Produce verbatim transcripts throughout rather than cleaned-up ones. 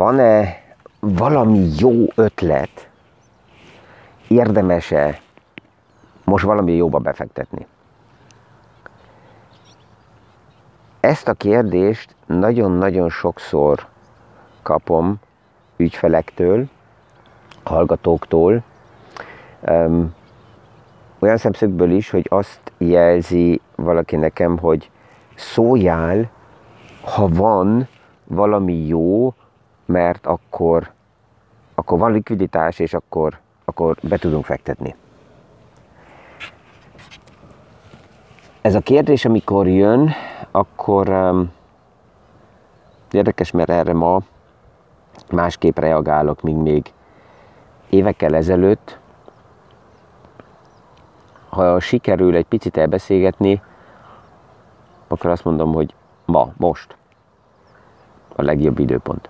van-e valami jó ötlet, érdemes-e most valami jóba befektetni? Ezt a kérdést nagyon-nagyon sokszor kapom ügyfelektől, hallgatóktól, um, olyan szemszögből is, hogy azt jelzi valaki nekem, hogy szóljál, ha van valami jó, mert akkor, akkor van likviditás, és akkor, akkor be tudunk fektetni. Ez a kérdés, amikor jön, akkor um, érdekes, mert erre ma másképp reagálok, mint még évekkel ezelőtt. Ha sikerül egy picit elbeszélgetni, akkor azt mondom, hogy ma, most a legjobb időpont.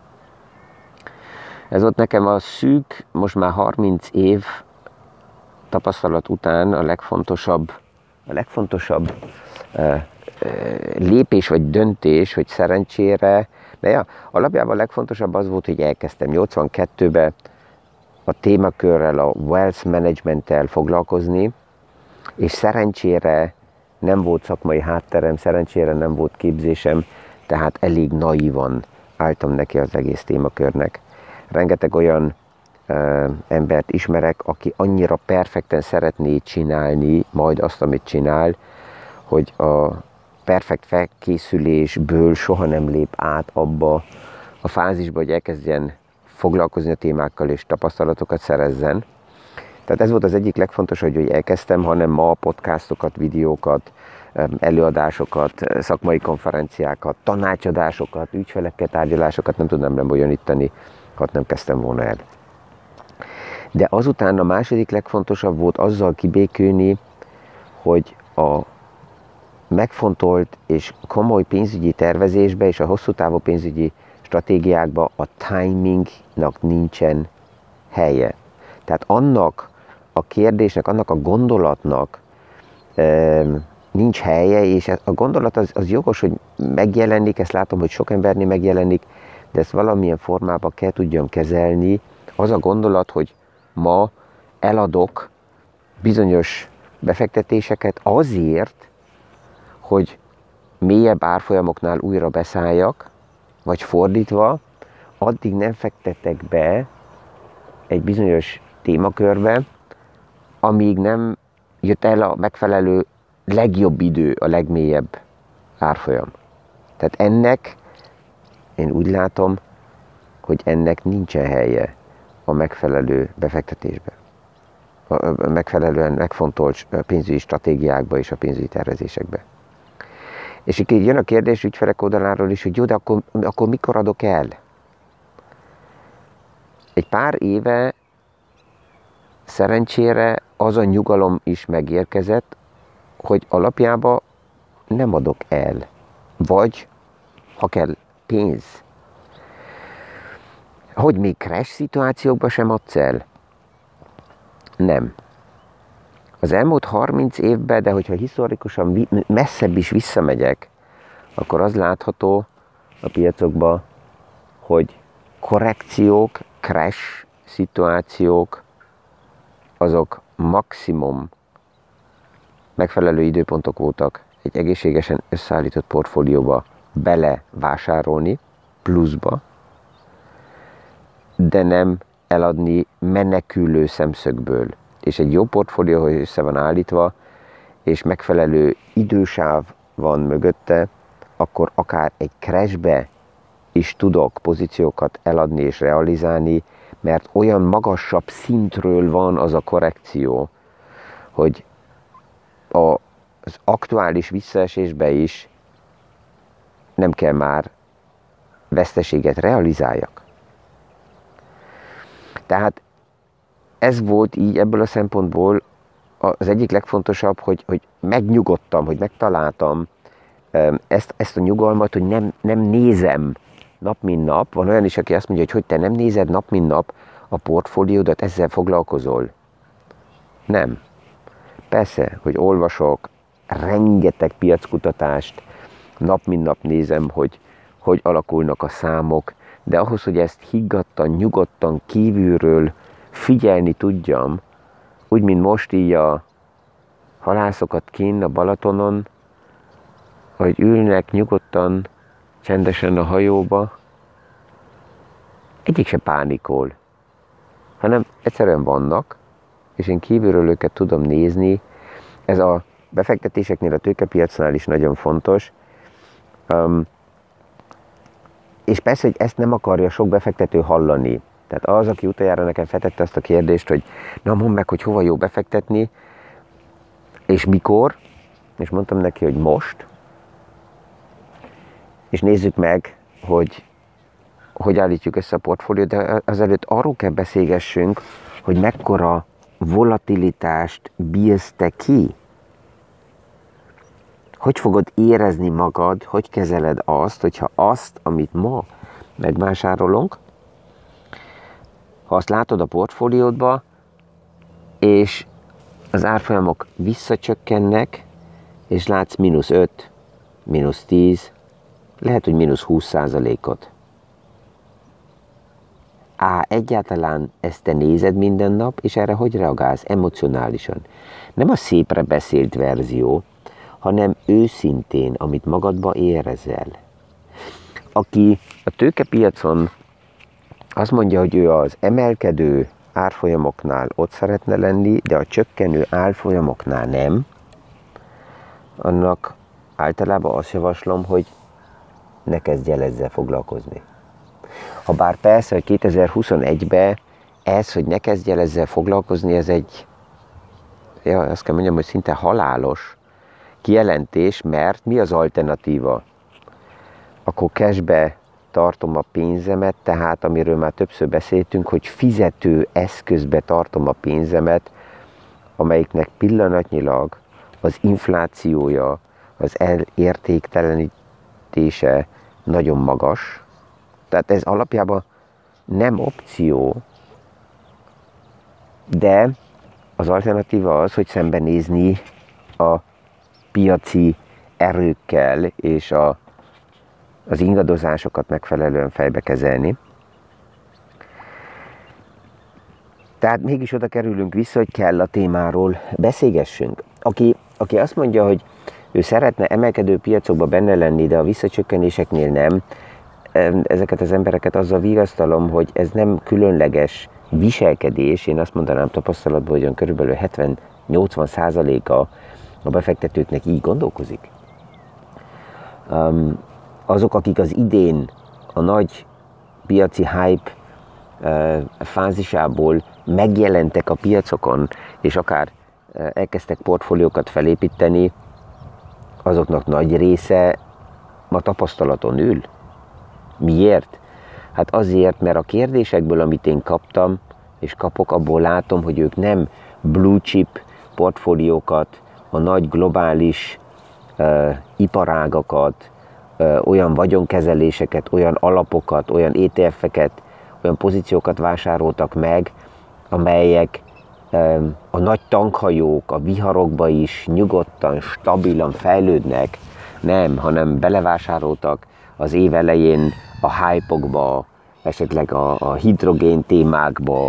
Ez volt nekem a szűk, most már harminc év tapasztalat után a legfontosabb, a legfontosabb uh, uh, lépés vagy döntés, hogy szerencsére, de ja, alapjában a legfontosabb az volt, hogy elkezdtem nyolcvankettőben a témakörrel, a wealth management-tel foglalkozni, és szerencsére nem volt szakmai hátterem, szerencsére nem volt képzésem, tehát elég naívan álltam neki az egész témakörnek. Rengeteg olyan ö, embert ismerek, aki annyira perfekten szeretné csinálni majd azt, amit csinál, hogy a perfekt felkészülésből soha nem lép át abba a fázisba, hogy elkezdjen foglalkozni a témákkal és tapasztalatokat szerezzen. Tehát ez volt az egyik legfontosabb, hogy elkezdtem, hanem ma podcastokat, videókat, előadásokat, szakmai konferenciákat, tanácsadásokat, ügyfelekkel tárgyalásokat nem tudnám lebonyolítani, ha nem kezdtem volna el. De azután a második legfontosabb volt azzal kibékülni, hogy a megfontolt és komoly pénzügyi tervezésbe és a hosszú távú pénzügyi stratégiákba a timingnak nincsen helye. Tehát annak a kérdésnek, annak a gondolatnak e, nincs helye, és a gondolat az, az jogos, hogy megjelenik, ezt látom, hogy sok embernél megjelenik, de ezt valamilyen formában kell tudjam kezelni. Az a gondolat, hogy ma eladok bizonyos befektetéseket azért, hogy mélyebb árfolyamoknál újra beszálljak, vagy fordítva, addig nem fektetek be egy bizonyos témakörbe, amíg nem jött el a megfelelő legjobb idő, a legmélyebb árfolyam. Tehát ennek, én úgy látom, hogy ennek nincsen helye a megfelelő befektetésbe. A megfelelően megfontolt pénzügyi stratégiákba és a pénzügyi tervezésekbe. És így jön a kérdés ügyfelek oldaláról is, hogy jó, de akkor, akkor mikor adok el? Egy pár éve szerencsére az a nyugalom is megérkezett, hogy alapjában nem adok el. Vagy, ha kell, pénz. Hogy még crash szituációkban sem adsz el? Nem. Az elmúlt harminc évben, de hogyha historikusan messzebb is visszamegyek, akkor az látható a piacokban, hogy korrekciók, crash szituációk, azok maximum megfelelő időpontok voltak egy egészségesen összeállított portfólióba belevásárolni, pluszba, de nem eladni menekülő szemszögből. És egy jó portfólió, hogy össze van állítva, és megfelelő idősáv van mögötte, akkor akár egy crashbe is tudok pozíciókat eladni és realizálni, mert olyan magasabb szintről van az a korrekció, hogy a, az aktuális visszaesésbe is nem kell már veszteséget realizáljak. Tehát ez volt így ebből a szempontból az egyik legfontosabb, hogy, hogy megnyugodtam, hogy megtaláltam ezt, ezt a nyugalmat, hogy nem, nem nézem nap mint nap. Van olyan is, aki azt mondja, hogy, hogy te nem nézed nap mint nap a portfóliódat, ezzel foglalkozol. Nem. Persze, hogy olvasok rengeteg piackutatást, nap mint nap nézem, hogy hogy alakulnak a számok, de ahhoz, hogy ezt higgadtan, nyugodtan, kívülről figyelni tudjam, úgy, mint most így a halászokat kinn a Balatonon, hogy ülnek nyugodtan, csendesen a hajóba, egyik se pánikol, hanem egyszerűen vannak, és én kívülről őket tudom nézni. Ez a befektetéseknél, a tőkepiacnál is nagyon fontos. Um, és persze, hogy ezt nem akarja sok befektető hallani. Tehát az, aki utoljára nekem feltette azt a kérdést, hogy na mondd meg, hogy hova jó befektetni, és mikor, és mondtam neki, hogy most, és nézzük meg, hogy hogy állítjuk össze a portfóliót, de azelőtt arról kell beszélgessünk, hogy mekkora volatilitást bírsz te ki. Hogy fogod érezni magad, hogy kezeled azt, hogyha azt, amit ma megvásárolunk, ha azt látod a portfóliódba, és az árfolyamok visszacsökkennek, és látsz mínusz öt, mínusz tíz, lehet, hogy mínusz húsz százalékot. Á, egyáltalán ezt te nézed minden nap, és erre hogy reagálsz emocionálisan? Nem a szépre beszélt verzió, hanem őszintén, amit magadba érezel. Aki a tőkepiacon azt mondja, hogy ő az emelkedő árfolyamoknál ott szeretne lenni, de a csökkenő árfolyamoknál nem, annak általában azt javaslom, hogy ne kezdj el ezzel foglalkozni. Habár persze, hogy kétezer-huszonegyben ez, hogy ne kezdj el ezzel foglalkozni, ez egy, ja, azt kell mondjam, hogy szinte halálos kijelentés, mert mi az alternatíva? Akkor cashbe tartom a pénzemet, tehát amiről már többször beszéltünk, hogy fizető eszközbe tartom a pénzemet, amelyiknek pillanatnyilag az inflációja, az elértéktelenítése nagyon magas. Tehát ez alapjában nem opció, de az alternatíva az, hogy szembenézni a piaci erőkkel és a, az ingadozásokat megfelelően fejbe kezelni. Tehát mégis oda kerülünk vissza, hogy kell a témáról beszélgessünk. Aki, aki azt mondja, hogy ő szeretne emelkedő piacokban benne lenni, de a visszacsökkenéseknél nem, ezeket az embereket azzal vigasztalom, hogy ez nem különleges viselkedés. Én azt mondanám tapasztalatban, hogy olyan körülbelül hetven-nyolcvan százaléka a befektetőknek így gondolkozik. Um, azok, akik az idén a nagy piaci hype uh, fázisából megjelentek a piacokon, és akár uh, elkezdtek portfóliókat felépíteni, azoknak nagy része ma tapasztalaton ül. Miért? Hát azért, mert a kérdésekből, amit én kaptam, és kapok, abból látom, hogy ők nem blue chip portfóliókat, a nagy globális uh, iparágakat, uh, olyan vagyonkezeléseket, olyan alapokat, olyan é té ef-eket, olyan pozíciókat vásároltak meg, amelyek uh, a nagy tankhajók a viharokba is nyugodtan, stabilan fejlődnek, nem, hanem belevásároltak az év elején a hype-okba, esetleg a, a hidrogén témákba,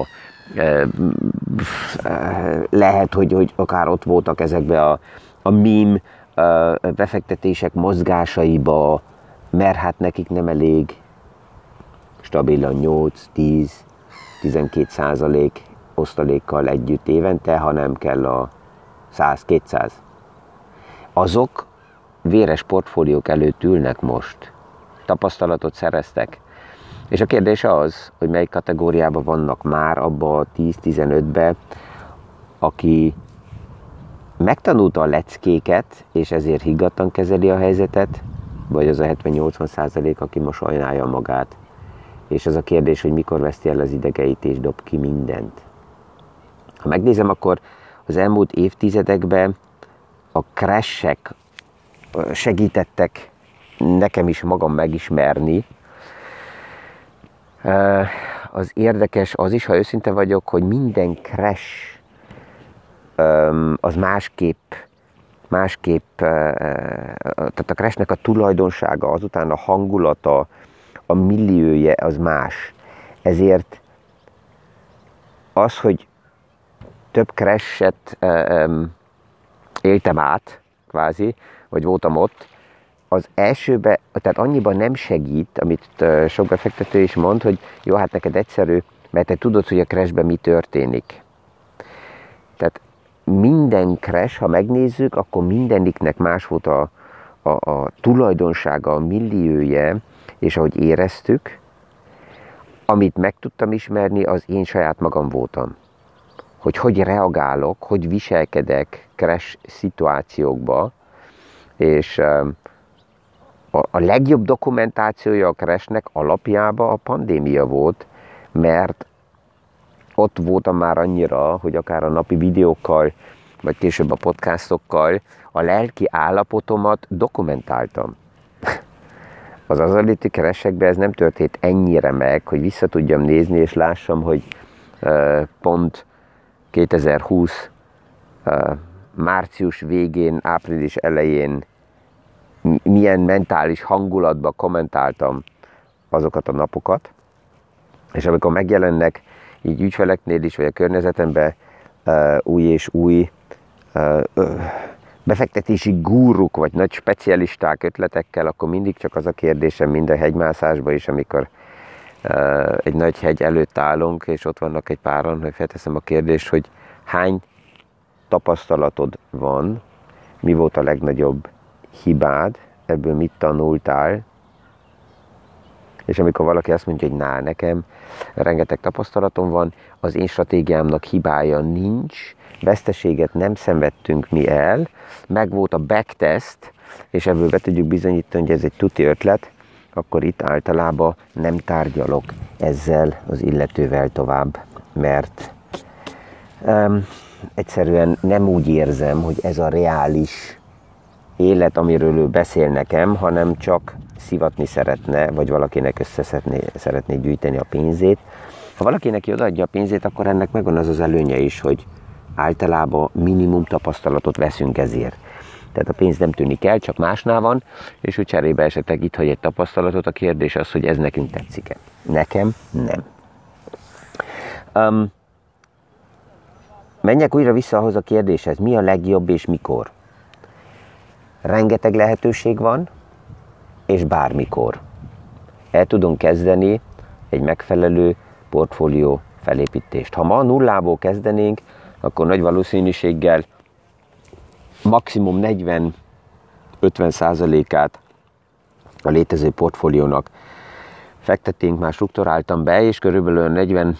lehet, hogy, hogy akár ott voltak ezekbe a, a meme befektetések mozgásaiba, mert hát nekik nem elég stabilan nyolc, tíz, tizenkét százalék osztalékkal együtt évente, hanem kell a száz-kétszáz. Azok véres portfóliók előtt ülnek most. Tapasztalatot szereztek. És a kérdés az, hogy melyik kategóriában vannak már abba a tíz-tizenötbe, aki megtanulta a leckéket, és ezért higgadtan kezeli a helyzetet, vagy az a hetven-nyolcvan százalék, aki most sajnálja magát. És az a kérdés, hogy mikor veszti el az idegeit, és dob ki mindent. Ha megnézem, akkor az elmúlt évtizedekben a crashek segítettek nekem is magam megismerni. Az érdekes az is, ha őszinte vagyok, hogy minden crash az másképp, másképp, tehát a crashnek a tulajdonsága, azután a hangulata, a millióje az más. Ezért az, hogy több crash-et um, éltem át, kvázi, vagy voltam ott, az elsőbe, tehát annyiban nem segít, amit uh, sok befektető is mond, hogy jó, hát neked egyszerű, mert te tudod, hogy a crashben mi történik. Tehát minden crash, ha megnézzük, akkor mindeniknek más volt a, a, a tulajdonsága, a millióje, és ahogy éreztük, amit meg tudtam ismerni, az én saját magam voltam. Hogy hogy reagálok, hogy viselkedek crash szituációkba, és a, a legjobb dokumentációja a crashnek alapjában a pandémia volt, mert ott voltam már annyira, hogy akár a napi videókkal, vagy később a podcastokkal a lelki állapotomat dokumentáltam. Az azaliti crash-ekben ez nem történt ennyire meg, hogy vissza tudjam nézni, és lássam, hogy uh, pont kétezer-húsz uh, március végén, április elején milyen mentális hangulatban kommentáltam azokat a napokat, és amikor megjelennek így ügyfeleknél is, vagy a környezetemben uh, új és új uh, uh, befektetési gúruk, vagy nagy specialisták ötletekkel, akkor mindig csak az a kérdésem minden hegymászásban is, amikor uh, egy nagy hegy előtt állunk, és ott vannak egy páran, hogy felteszem a kérdést, hogy hány tapasztalatod van, mi volt a legnagyobb hibád, ebből mit tanultál, és amikor valaki azt mondja, hogy ná, nekem rengeteg tapasztalatom van, az én stratégiámnak hibája nincs, veszteséget nem szenvedtünk mi el, meg volt a backtest, és ebből be tudjuk bizonyítani, hogy ez egy tuti ötlet, akkor itt általában nem tárgyalok ezzel az illetővel tovább, mert um, egyszerűen nem úgy érzem, hogy ez a reális élet, amiről ő beszél nekem, hanem csak szivatni szeretne, vagy valakinek össze szeretné, szeretné gyűjteni a pénzét. Ha valaki neki odaadja a pénzét, akkor ennek megvan az az előnye is, hogy általában minimum tapasztalatot veszünk ezért. Tehát a pénz nem tűnik el, csak másnál van, és hogy cserébe esetleg itt hagy egy tapasztalatot, a kérdés az, hogy ez nekünk tetszik-e. Nekem nem. Um, menjek újra vissza ahhoz a kérdéshez, mi a legjobb és mikor? Rengeteg lehetőség van, és bármikor. El tudunk kezdeni egy megfelelő portfólió felépítést. Ha ma nullából kezdenénk, akkor nagy valószínűséggel maximum negyven-ötven százalékát a létező portfóliónak fektetnénk, már strukturáltam be, és körülbelül negyven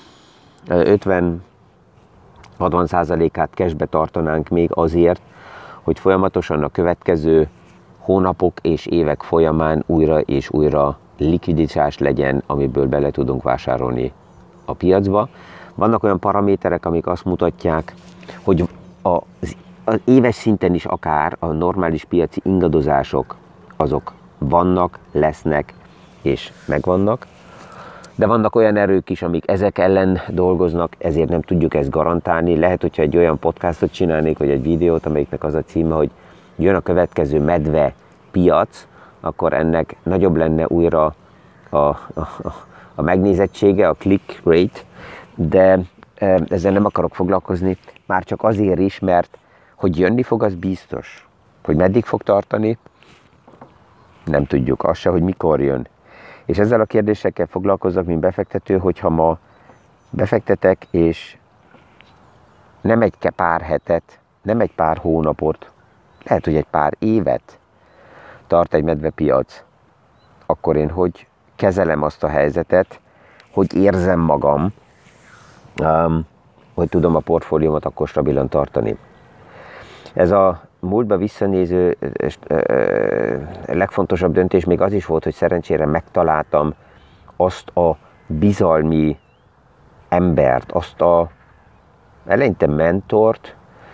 ötven-hatvan százalékát cashbe tartanánk még azért, hogy folyamatosan a következő hónapok és évek folyamán újra és újra likviditás legyen, amiből bele tudunk vásárolni a piacba. Vannak olyan paraméterek, amik azt mutatják, hogy az, az éves szinten is akár a normális piaci ingadozások azok vannak, lesznek és megvannak. De vannak olyan erők is, amik ezek ellen dolgoznak, ezért nem tudjuk ezt garantálni. Lehet, hogyha egy olyan podcastot csinálnék, vagy egy videót, amelyiknek az a címe, hogy jön a következő medve piac, akkor ennek nagyobb lenne újra a, a, a megnézettsége, a click rate, de ezzel nem akarok foglalkozni, már csak azért is, mert hogy jönni fog, az biztos. Hogy meddig fog tartani, nem tudjuk. Az se, hogy mikor jön. És ezzel a kérdésekkel foglalkozok, mint befektető, hogyha ma befektetek, és nem egy pár hetet, nem egy pár hónapot, lehet, hogy egy pár évet tart egy medvepiac, akkor én hogy kezelem azt a helyzetet, hogy érzem magam, um, hogy tudom a portfóliómat akkor stabilan tartani. Ez a múltba visszanéző legfontosabb döntés még az is volt, hogy szerencsére megtaláltam azt a bizalmi embert, azt a eleinte mentort,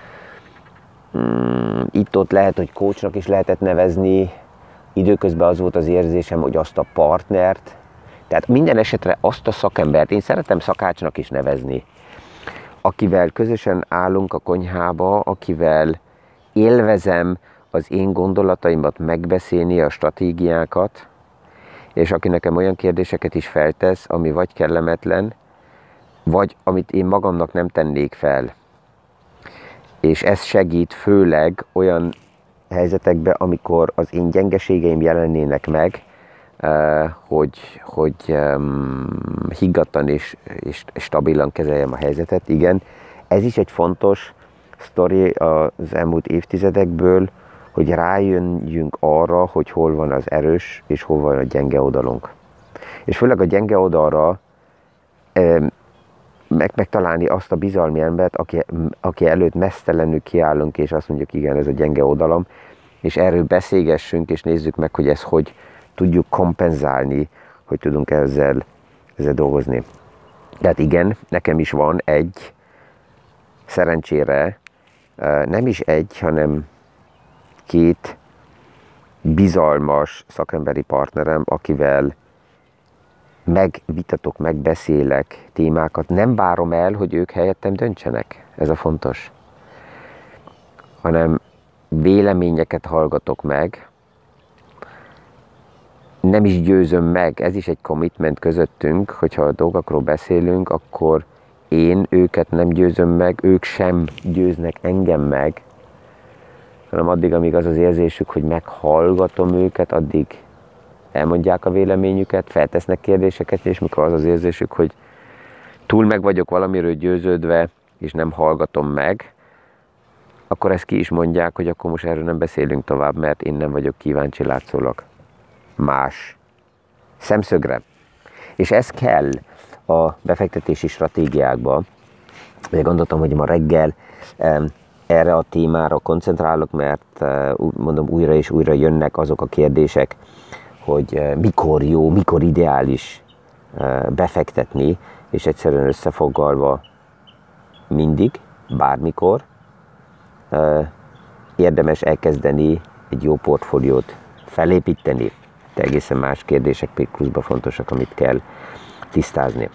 itt-ott lehet, hogy coachnak is lehetett nevezni, időközben az volt az érzésem, hogy azt a partnert, tehát minden esetre azt a szakembert, én szeretem szakácsnak is nevezni, akivel közösen állunk a konyhába, akivel élvezem az én gondolataimat megbeszélni, a stratégiákat, és aki nekem olyan kérdéseket is feltesz, ami vagy kellemetlen, vagy amit én magamnak nem tennék fel. És ez segít főleg olyan helyzetekben, amikor az én gyengeségeim jelennének meg, hogy, hogy um, higgadtan és, és stabilan kezeljem a helyzetet. Igen, ez is egy fontos sztori az elmúlt évtizedekből, hogy rájönjünk arra, hogy hol van az erős és hol van a gyenge oldalunk. És főleg a gyenge oldalra um, meg, megtalálni azt a bizalmi embert, aki, aki előtt mesztelenül kiállunk, és azt mondjuk, igen, ez a gyenge oldalam, és erről beszélgessünk, és nézzük meg, hogy ez hogy tudjuk kompenzálni, hogy tudunk ezzel, ezzel dolgozni. Tehát igen, nekem is van egy, szerencsére nem is egy, hanem két bizalmas szakemberi partnerem, akivel megvitatok, megbeszélek témákat. Nem várom el, hogy ők helyettem döntsenek. Ez a fontos. Hanem véleményeket hallgatok meg, nem is győzöm meg, ez is egy commitment közöttünk, hogyha a dolgokról beszélünk, akkor én őket nem győzöm meg, ők sem győznek engem meg, hanem addig, amíg az az érzésük, hogy meghallgatom őket, addig elmondják a véleményüket, feltesznek kérdéseket, és mikor az az érzésük, hogy túl meg vagyok valamiről győződve, és nem hallgatom meg, akkor ezt ki is mondják, hogy akkor most erről nem beszélünk tovább, mert én nem vagyok kíváncsi látszólag más szemszögre. És ez kell a befektetési stratégiákba. Ugye gondoltam, hogy ma reggel erre a témára koncentrálok, mert mondom, újra és újra jönnek azok a kérdések, hogy mikor jó, mikor ideális befektetni, és egyszerűen összefoglalva mindig, bármikor érdemes elkezdeni egy jó portfóliót felépíteni. De egészen más kérdések még pluszban fontosak, amit kell tisztázni.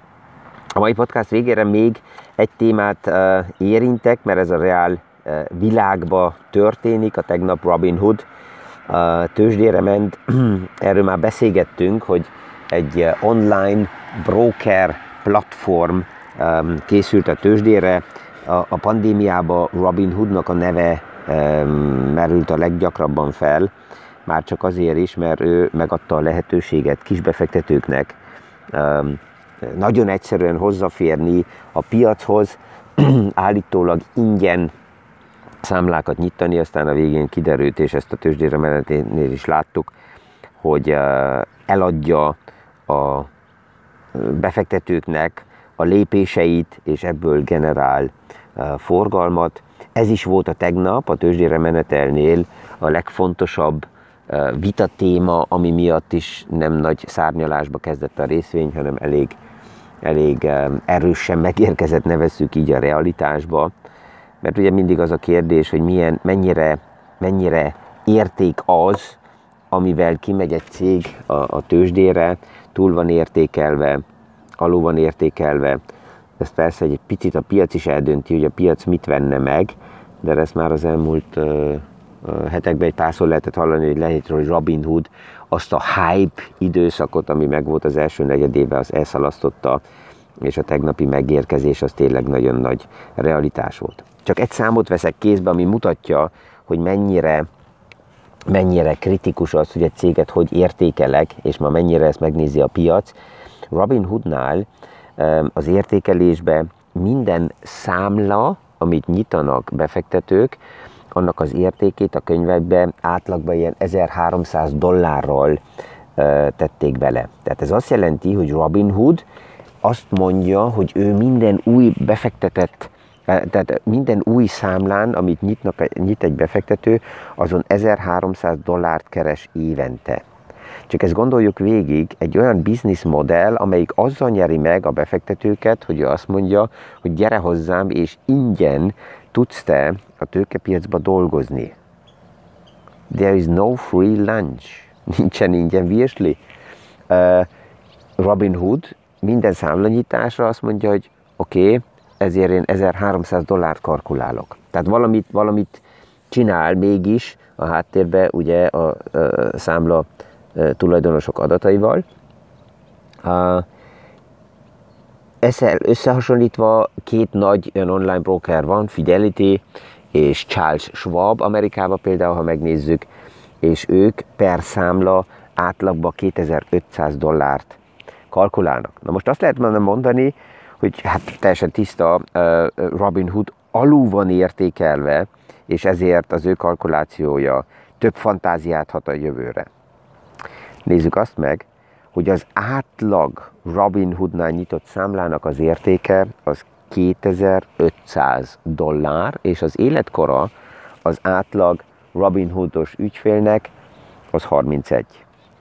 A mai podcast végére még egy témát uh, érintek, mert ez a reál uh, világba történik. A tegnap Robinhood uh, tőzsdére ment. Erről már beszélgettünk, hogy egy uh, online broker platform um, készült a tőzsdére. A, a pandémiában Robinhoodnak a neve um, merült a leggyakrabban fel, már csak azért is, mert ő megadta a lehetőséget kisbefektetőknek um, nagyon egyszerűen hozzáférni a piachoz, állítólag ingyen számlákat nyitani, aztán a végén kiderült, és ezt a tőzsdére meneténél is láttuk, hogy uh, eladja a befektetőknek a lépéseit, és ebből generál uh, forgalmat. Ez is volt a tegnap a tőzsdére menetelnél a legfontosabb vita téma, ami miatt is nem nagy szárnyalásba kezdett a részvény, hanem elég, elég erősen megérkezett, nevezzük így a realitásba. Mert ugye mindig az a kérdés, hogy milyen, mennyire, mennyire érték az, amivel kimegy egy cég a, a tőzsdére, túl van értékelve, alul van értékelve. Ezt persze egy picit a piac is eldönti, hogy a piac mit venne meg, de ezt már az elmúlt hetekben egy párszor lehetett hallani, hogy lehet, hogy Robinhood azt a hype időszakot, ami megvolt az első negyedéve, az elszalasztotta, és a tegnapi megérkezés az tényleg nagyon nagy realitás volt. Csak egy számot veszek kézbe, ami mutatja, hogy mennyire, mennyire kritikus az, hogy egy céget hogy értékelek, és ma mennyire ezt megnézi a piac. Robinhoodnál az értékelésben minden számla, amit nyitanak befektetők, annak az értékét a könyvekben átlagban ilyen ezerháromszáz dollárral uh, tették bele. Tehát ez azt jelenti, hogy Robinhood azt mondja, hogy ő minden új befektetett, uh, tehát minden új számlán, amit nyitnak, nyit egy befektető, azon ezerháromszáz dollárt keres évente. Csak ezt gondoljuk végig, egy olyan bizniszmodell, amelyik azzal nyeri meg a befektetőket, hogy ő azt mondja, hogy gyere hozzám, és ingyen tudsz te a tőkepiacba dolgozni. There is no free lunch. Nincsen ingyen virsli. Uh, Robinhood minden számlanyításra azt mondja, hogy oké, okay, ezért én ezerháromszáz dollárt kalkulálok. Tehát valamit, valamit csinál mégis a háttérben ugye a, a számla tulajdonosok adataival. Ezzel összehasonlítva két nagy olyan online broker van, Fidelity és Charles Schwab Amerikában például, ha megnézzük, és ők per számla átlagban kétezer-ötszáz dollárt kalkulálnak. Na most azt lehet mondani, hogy hát teljesen tiszta, Robinhood alul van értékelve, és ezért az ő kalkulációja több fantáziát hat a jövőre. Nézzük azt meg, hogy az átlag Robinhoodnál nyitott számlának az értéke az kétezer-ötszáz dollár, és az életkora az átlag Robinhoodos ügyfélnek az harmincegy.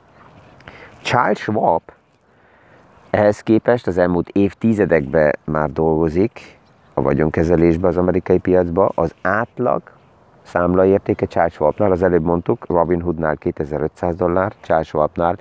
Charles Schwab ehhez képest az elmúlt évtizedekben már dolgozik a vagyonkezelésben az amerikai piacban. Az átlag számlaértéke Charles Schwabnál, az előbb mondtuk, Robinhoodnál kétezer-ötszáz dollár, Charles Schwabnál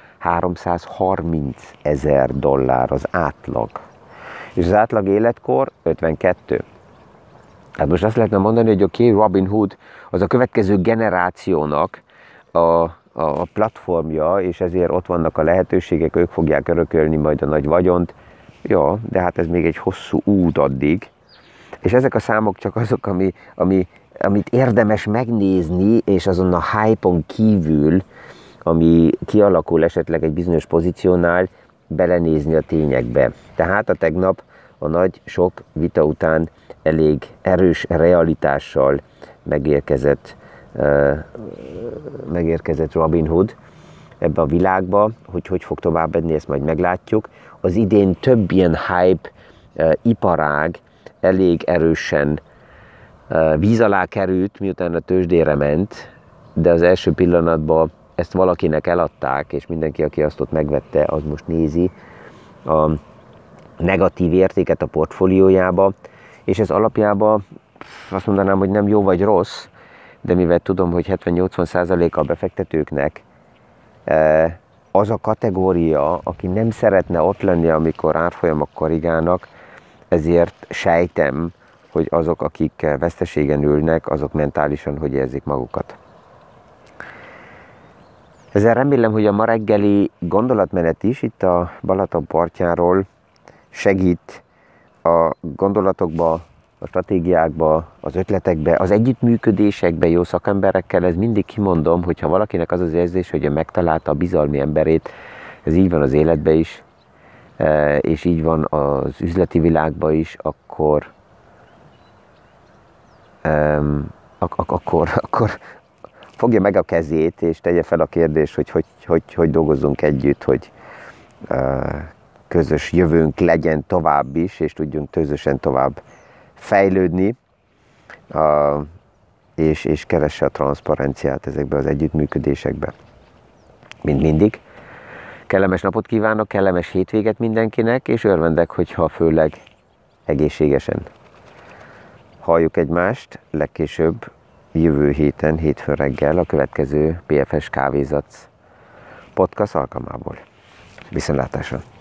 háromszázharminc ezer dollár az átlag. És az átlag életkor ötvenkettő. Hát most azt lehetne mondani, hogy oké, okay, Robinhood az a következő generációnak a, a platformja, és ezért ott vannak a lehetőségek, ők fogják örökölni majd a nagy vagyont. Ja, de hát ez még egy hosszú út addig. És ezek a számok csak azok, ami, ami, amit érdemes megnézni, és azon a hype-on kívül, ami kialakul esetleg egy bizonyos pozíciónál, belenézni a tényekbe. Tehát a tegnap a nagy sok vita után elég erős realitással megérkezett, uh, megérkezett Robinhood ebbe a világba, hogy hogy fog tovább menni, ezt majd meglátjuk. Az idén több ilyen hype uh, iparág elég erősen uh, víz alá került, miután a tőzsdére ment, de az első pillanatban ezt valakinek eladták, és mindenki, aki azt ott megvette, az most nézi a negatív értéket a portfóliójába, és ez alapjában azt mondanám, hogy nem jó vagy rossz, de mivel tudom, hogy hetven-nyolcvan százaléka a befektetőknek az a kategória, aki nem szeretne ott lenni, amikor árfolyamok korrigálnak, ezért sejtem, hogy azok, akik veszteségen ülnek, azok mentálisan hogy érzik magukat. Ezzel remélem, hogy a ma reggeli gondolatmenet is itt a Balaton partjáról segít a gondolatokba, a stratégiákba, az ötletekbe, az együttműködésekbe jó szakemberekkel. Ez mindig kimondom, hogyha valakinek az az érzés, hogy ő megtalálta a bizalmi emberét, ez így van az életben is, és így van az üzleti világban is, akkor, ak- ak- akkor, akkor fogja meg a kezét, és tegye fel a kérdést, hogy hogy, hogy, hogy dolgozzunk együtt, hogy közös jövőnk legyen tovább is, és tudjunk közösen tovább fejlődni, és, és keresse a transzparenciát ezekbe az együttműködésekbe. Mint mindig. Kellemes napot kívánok, kellemes hétvéget mindenkinek, és örvendek, hogyha főleg egészségesen halljuk egymást, legkésőbb jövő héten, hétfőn reggel a következő pé ef es Kávézac podcast alkalmából. Viszontlátásra!